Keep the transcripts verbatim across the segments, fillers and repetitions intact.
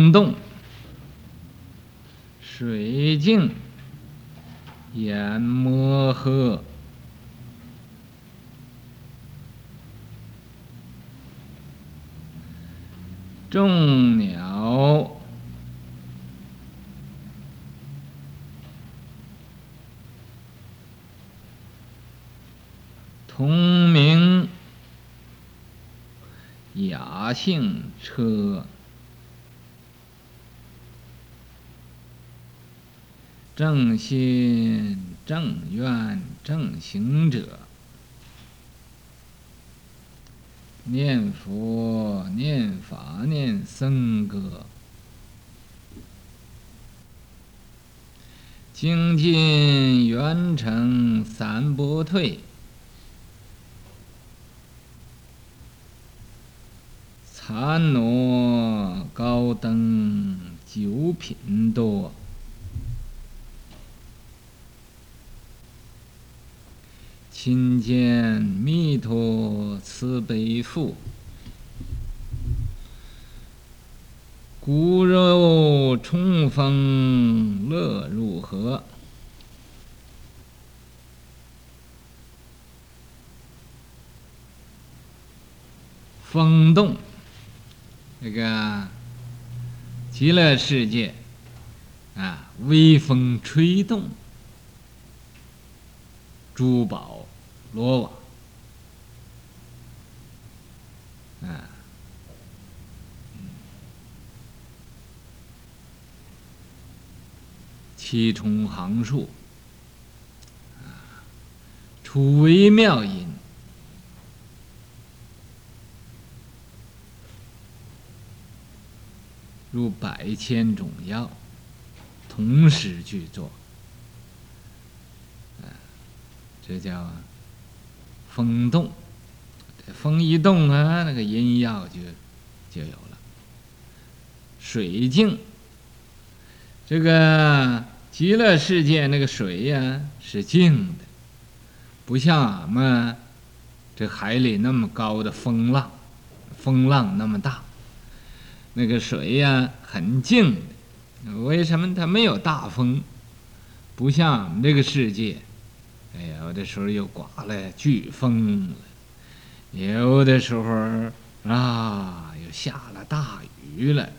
风动，水静淹没河。众鸟同鸣，雅兴车。正心正愿正行者，念佛念法念僧歌，精进圆成三不退，残挪高登九品多。亲见弥陀慈悲父，骨肉重逢乐入河。风动，这个极乐世界啊，微风吹动珠宝罗网啊，七重行树啊，出微妙音，如百千种药同时具作，啊，这叫风动。风一动啊，那个音药就就有了。水静，这个极乐世界那个水呀、啊、是静的，不像俺们这海里那么高的风浪，风浪那么大，那个水呀、啊、很静的。为什么它没有大风？不像俺们这个世界，哎呀，有的时候又刮了飓风了，有的时候啊又下了大雨了，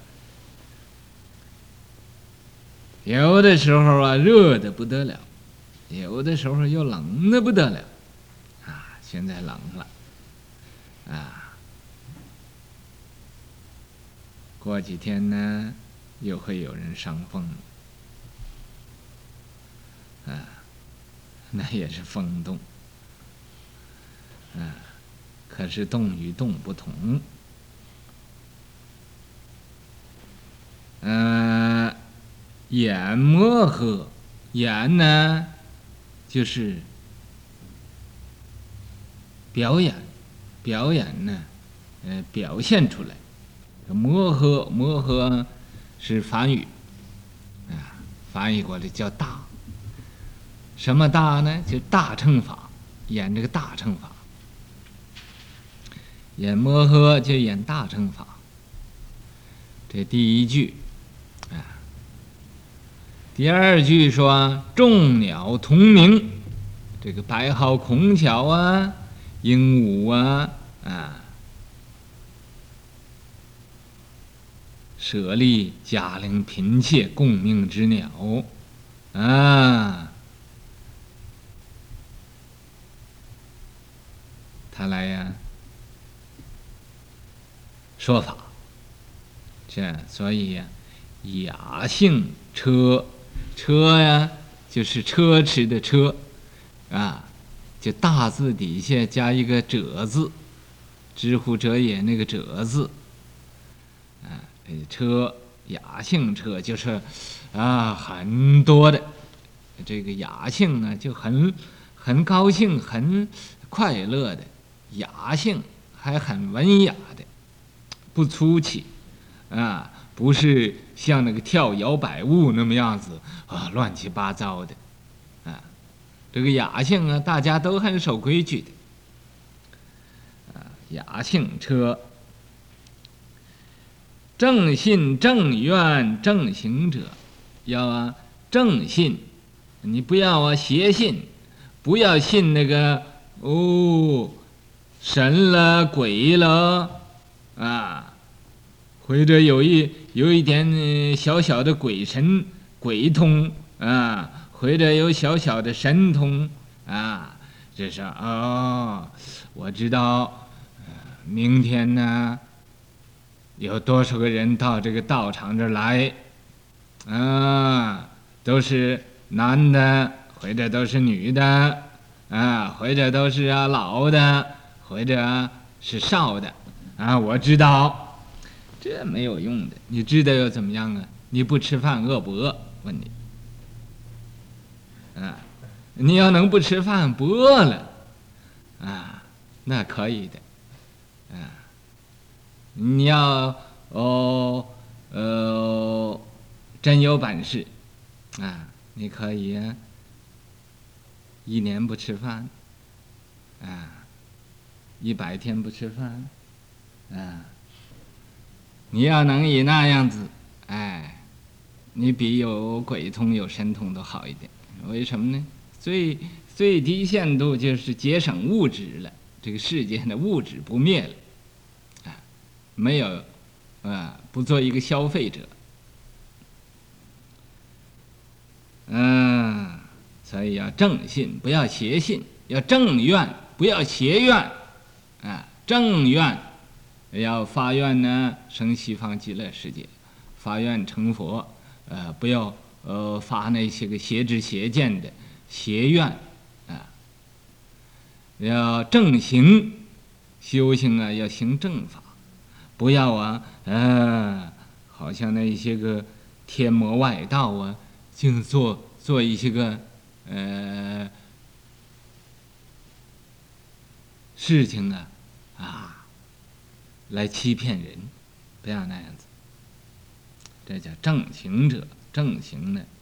有的时候啊热得不得了，有的时候又冷得不得了啊。现在冷了啊，过几天呢又会有人伤风啊，那也是风动啊。可是动与动不同，呃，演摩诃，演呢就是表演，表演呢，呃，表现出来。摩诃，摩诃是梵语，啊，翻译过来叫大。什么大呢？就大乘法，演这个大乘法。演摩诃就演大乘法，这第一句啊。第二句说众鸟同鸣，这个白毫孔雀啊，鹦鹉啊，啊，舍利迦陵频切共鸣之鸟啊，他来呀说法，这所以呀，雅兴车，车呀就是奢侈的车啊，就大字底下加一个者字，知乎者也那个者字啊，车雅兴车就是啊很多的，这个雅兴呢就很很高兴很快乐的，雅兴还很文雅的，不粗气啊，不是像那个跳摇摆舞那么样子啊，乱七八糟的啊。这个雅兴啊，大家都很守规矩的啊。雅兴车， 正信正愿正行者，要啊正信，你不要啊邪信，不要信那个哦神了鬼了啊，或者有一有一点小小的鬼神鬼通啊，或者有小小的神通啊，这是哦，我知道，明天呢有多少个人到这个道场这儿来啊，都是男的，或者都是女的啊，或者都是啊老的，或者是少的啊，我知道，这没有用的，你知道又怎么样啊？你不吃饭饿不饿？问你啊，你要能不吃饭不饿了啊，那可以的啊。你要哦呃真有本事啊，你可以啊一年不吃饭啊，一百天不吃饭啊，你要能以那样子，哎，你比有鬼通有神通都好一点。为什么呢？最最低限度就是节省物质了，这个世界的物质不灭了，啊，没有，啊，不做一个消费者，嗯、啊，所以要正信，不要邪信；要正愿，不要邪愿，啊，正愿要发愿呢，生西方极乐世界，发愿成佛，呃，不要呃发那些个邪知邪见的邪愿，啊，要正行，修行啊要行正法，不要啊，呃，好像那些个天魔外道啊，净做做一些个呃事情啊，啊，来欺骗人，不要那样子。这叫正行者，正行的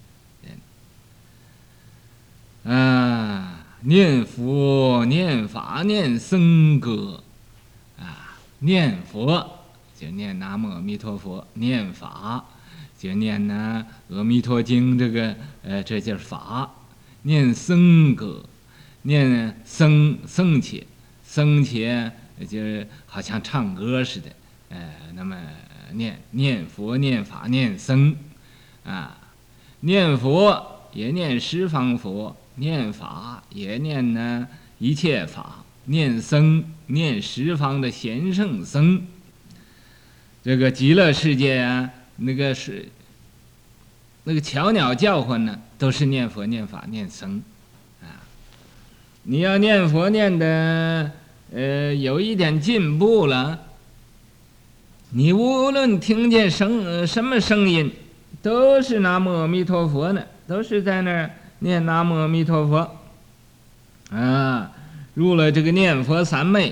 人啊，念佛、念法、念僧歌啊，念佛就念南无阿弥陀佛，念法就念呢阿弥陀经，这个呃这叫法，念僧歌，念僧僧伽，僧伽就是好像唱歌似的，呃，那么念念佛、念法、念僧，啊，念佛也念十方佛，念法也念呢一切法，念僧念十方的贤圣僧。这个极乐世界啊，那个是那个巧鸟叫唤呢，都是念佛、念法、念僧，啊，你要念佛念的呃有一点进步了。你无论听见声什么声音，都是南无阿弥陀佛呢，都是在那儿念南无阿弥陀佛，啊，入了这个念佛三昧，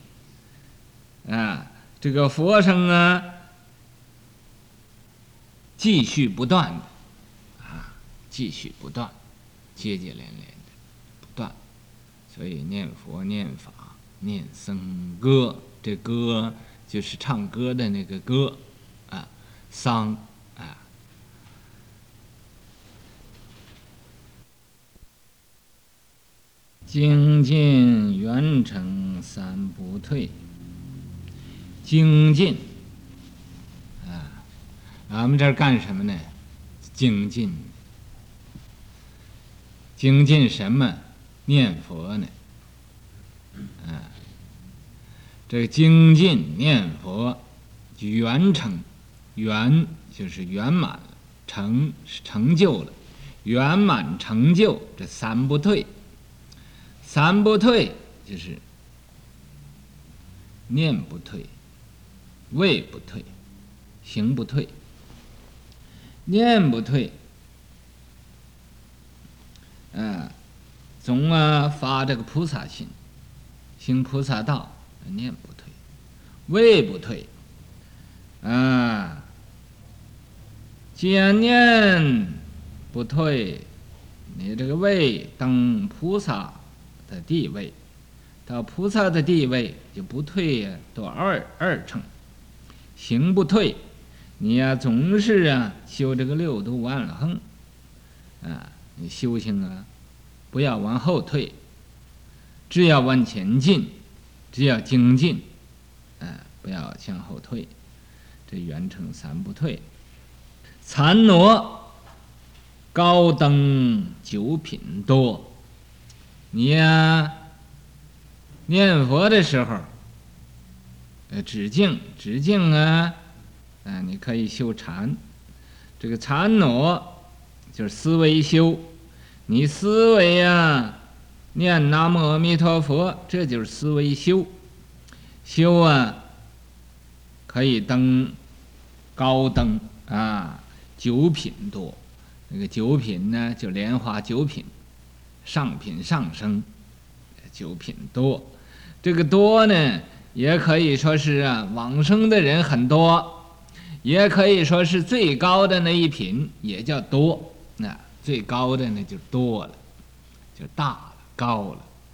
啊，这个佛声啊，继续不断的，啊，继续不断，接接连连的不断，所以念佛、念法、念僧歌，这歌。就是唱歌的那个歌，啊，桑，啊，精进圆成三不退，精进，啊，俺们这儿干什么呢？精进，精进什么？念佛呢，啊。这个精进念佛，圆成，圆就是圆满了，成是成就了，圆满成就，这三不退。三不退就是念不退，位不退，行不退。念不退，啊，总啊发这个菩萨心，行菩萨道。念不退，位不退，啊，既然念不退，你这个位当菩萨的地位，到菩萨的地位就不退呀，都二二乘，行不退， 你呀、总是啊修这个六度万恒啊，你修行啊不要往后退，只要往前进，只要精进，啊不要向后退，这圆成三不退。残挪高登九品多，你呀念佛的时候，呃止境止境啊，啊你可以修禅，这个禅挪就是思维修，你思维呀念南无阿弥陀佛，这就是思维修。修啊可以登高登啊九品多，那个九品呢就莲花九品，上品上升，九品多。这个多呢也可以说是啊往生的人很多，也可以说是最高的那一品也叫多，那最高的呢就多了，就大了高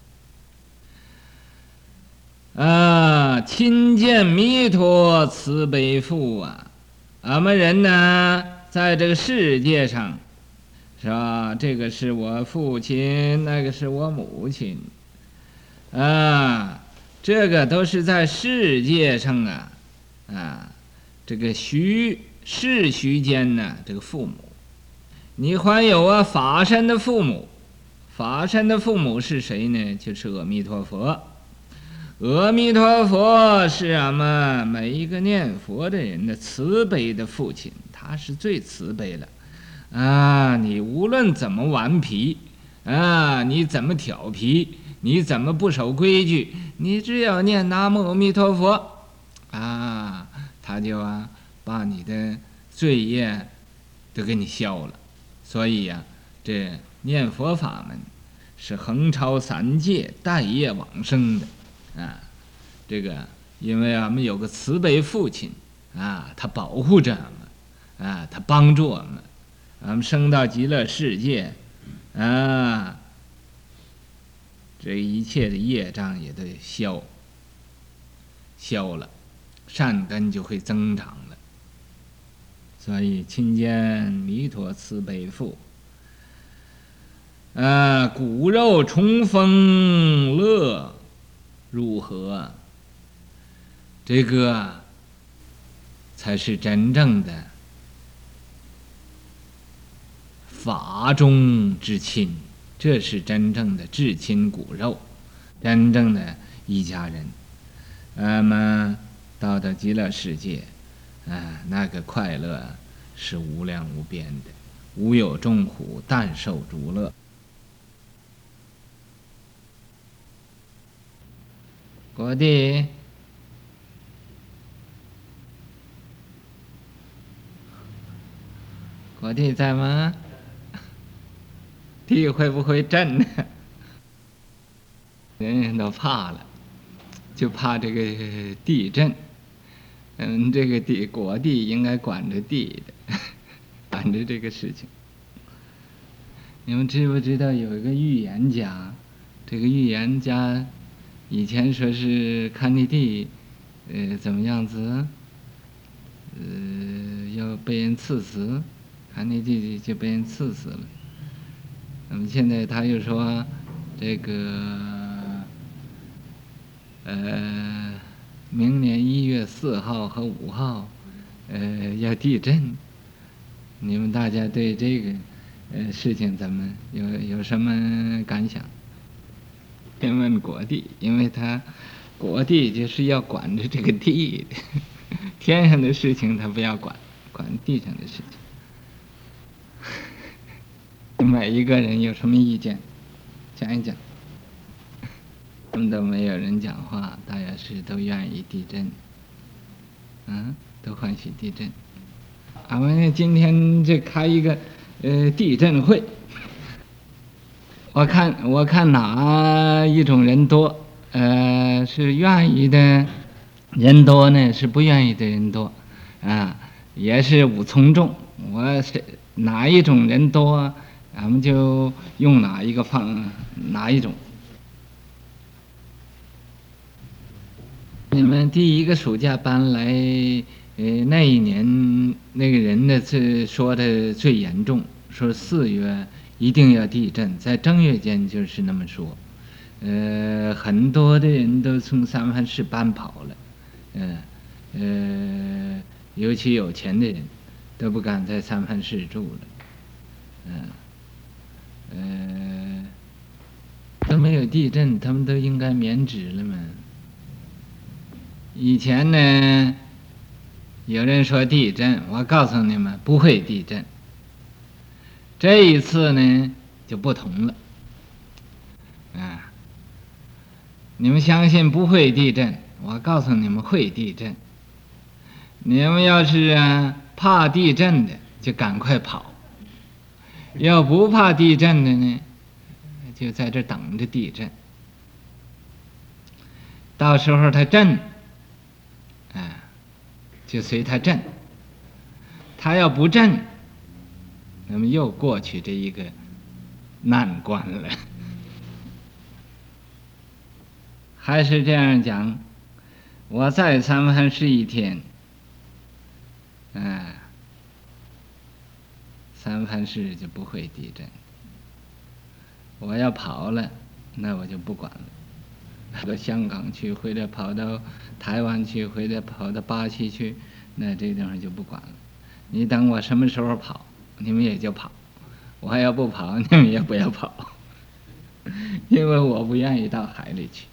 了。啊，亲见弥陀慈悲父啊！俺们人呢，在这个世界上，是吧？这个是我父亲，那个是我母亲，啊，这个都是在世界上啊，啊，这个虚世虚间呢，这个父母，你还有啊法身的父母，法身的父母是谁呢？就是阿弥陀佛。阿弥陀佛是俺们每一个念佛的人的慈悲的父亲，他是最慈悲的啊！你无论怎么顽皮啊，你怎么调皮，你怎么不守规矩，你只要念南无阿弥陀佛啊，他就啊把你的罪业都给你消了。所以呀、啊，这念佛法门是横超三界、带业往生的。啊，这个因为俺们有个慈悲父亲啊，他保护着俺们啊，他帮助我们，俺们升到极乐世界啊，这一切的业障也都消消了，善根就会增长了。所以亲见弥陀慈悲父啊，骨肉重逢乐如何？这个才是真正的法中之亲，这是真正的至亲骨肉，真正的一家人。那么到了极乐世界，啊，那个快乐是无量无边的，无有众苦，但受诸乐。国弟，国弟在吗？地会不会震呢？人人都怕了，就怕这个地震。嗯，这个地国地应该管着地的，管着这个事情。你们知不知道有一个预言家？这个预言家以前说是看你地，呃，怎么样子？呃，要被人刺死，看你地就被人刺死了。那么现在他又说，这个，呃，明年一月四号和五号，呃，要地震。你们大家对这个，呃，事情怎么有有什么感想？先问国帝，因为他国帝就是要管着这个地的，天上的事情他不要管，管地上的事情。每一个人有什么意见，讲一讲。他们都没有人讲话，大家是都愿意地震，嗯，都欢喜地震。俺们今天就开一个呃地震会。我看我看哪一种人多，呃，是愿意的人多呢，是不愿意的人多，啊，也是五从众。我是哪一种人多，俺们就用哪一个方哪一种。你们第一个暑假搬来呃，那一年那个人呢，是说的最严重，说四月一定要地震，在正月间就是那么说。呃，很多的人都从三藩市搬跑了，嗯、呃，呃，尤其有钱的人都不敢在三藩市住了，嗯、呃，都没有地震，他们都应该免职了嘛。以前呢，有人说地震，我告诉你们不会地震。这一次呢就不同了，啊，你们相信不会地震，我告诉你们会地震。你们要是啊怕地震的，就赶快跑；要不怕地震的呢，就在这等着地震。到时候它震，啊，就随它震；它要不震，那么又过去这一个难关了。还是这样讲，我在三藩市一天，啊，三藩市就不会地震。我要跑了，那我就不管了，跑到香港去，或者跑到台湾去，或者跑到巴西去，那这地方就不管了。你等我什么时候跑，你们也就跑；我要不跑，你们也不要跑，因为我不愿意到海里去。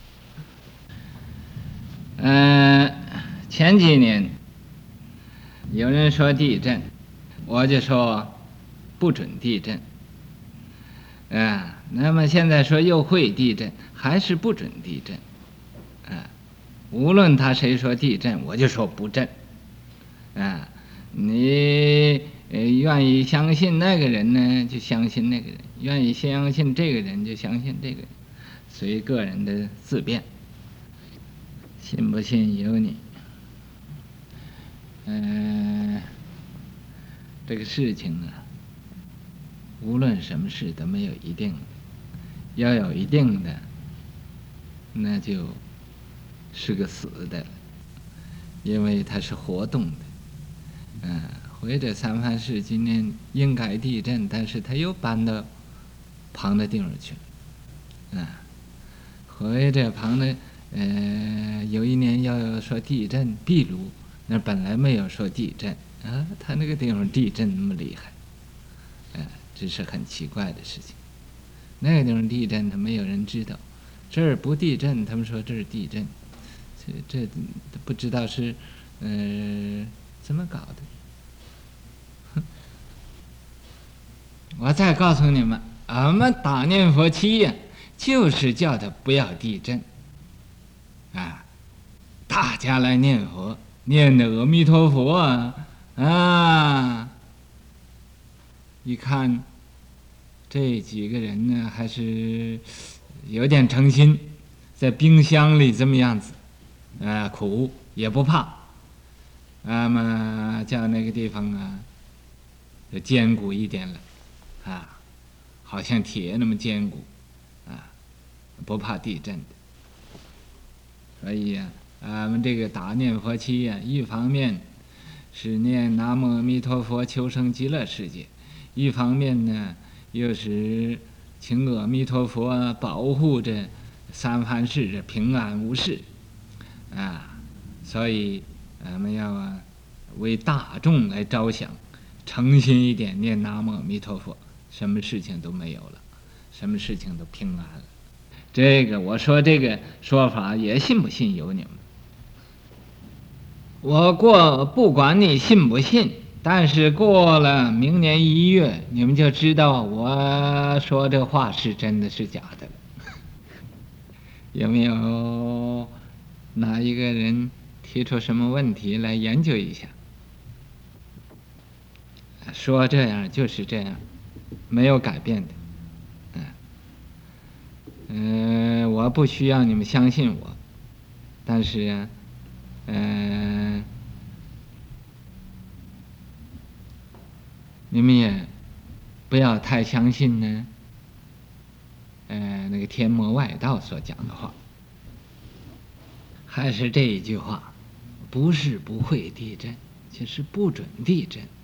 嗯、呃，前几年有人说地震，我就说不准地震。啊，那么现在说又会地震，还是不准地震。啊，无论他谁说地震，我就说不震。啊，你呃愿意相信那个人呢，就相信那个人；愿意相信这个人，就相信这个人，随个人的自便。信不信由你。嗯、呃，这个事情啊，无论什么事都没有一定的，要有一定的，那就是个死的了，因为它是活动的。嗯、呃，或者三藩市今年应该地震，但是它又搬到旁的地方去了。啊、呃，或者旁的。呃，有一年要说地震，秘鲁那本来没有说地震啊，他那个地方地震那么厉害，呃，这是很奇怪的事情。那个地方地震，他没有人知道，这儿不地震，他们说这是地震，这这不知道是呃怎么搞的。我再告诉你们，俺们打念佛七呀，就是叫他不要地震。啊，大家来念佛，念的阿弥陀佛啊！啊，一看这几个人呢，还是有点诚心，在冰箱里这么样子，啊，苦也不怕，那么叫那个地方啊，就坚固一点了，啊，好像铁那么坚固，啊，不怕地震的。所以呀、啊，俺们这个打念佛七呀、啊，一方面是念南无阿弥陀佛求生极乐世界，一方面呢又是请阿弥陀佛保护着三藩市这平安无事啊。所以俺们要啊为大众来着想，诚心一点念南无阿弥陀佛，什么事情都没有了，什么事情都平安了。这个我说这个说法也信不信由你们。我过不管你信不信，但是过了明年一月，你们就知道我说这话是真的是假的了。有没有哪一个人提出什么问题来研究一下？说这样就是这样，没有改变的。嗯、呃，我不需要你们相信我，但是啊，嗯、呃，你们也不要太相信呢。呃，那个天魔外道所讲的话，还是这一句话： 不是不会地震，就是不准地震。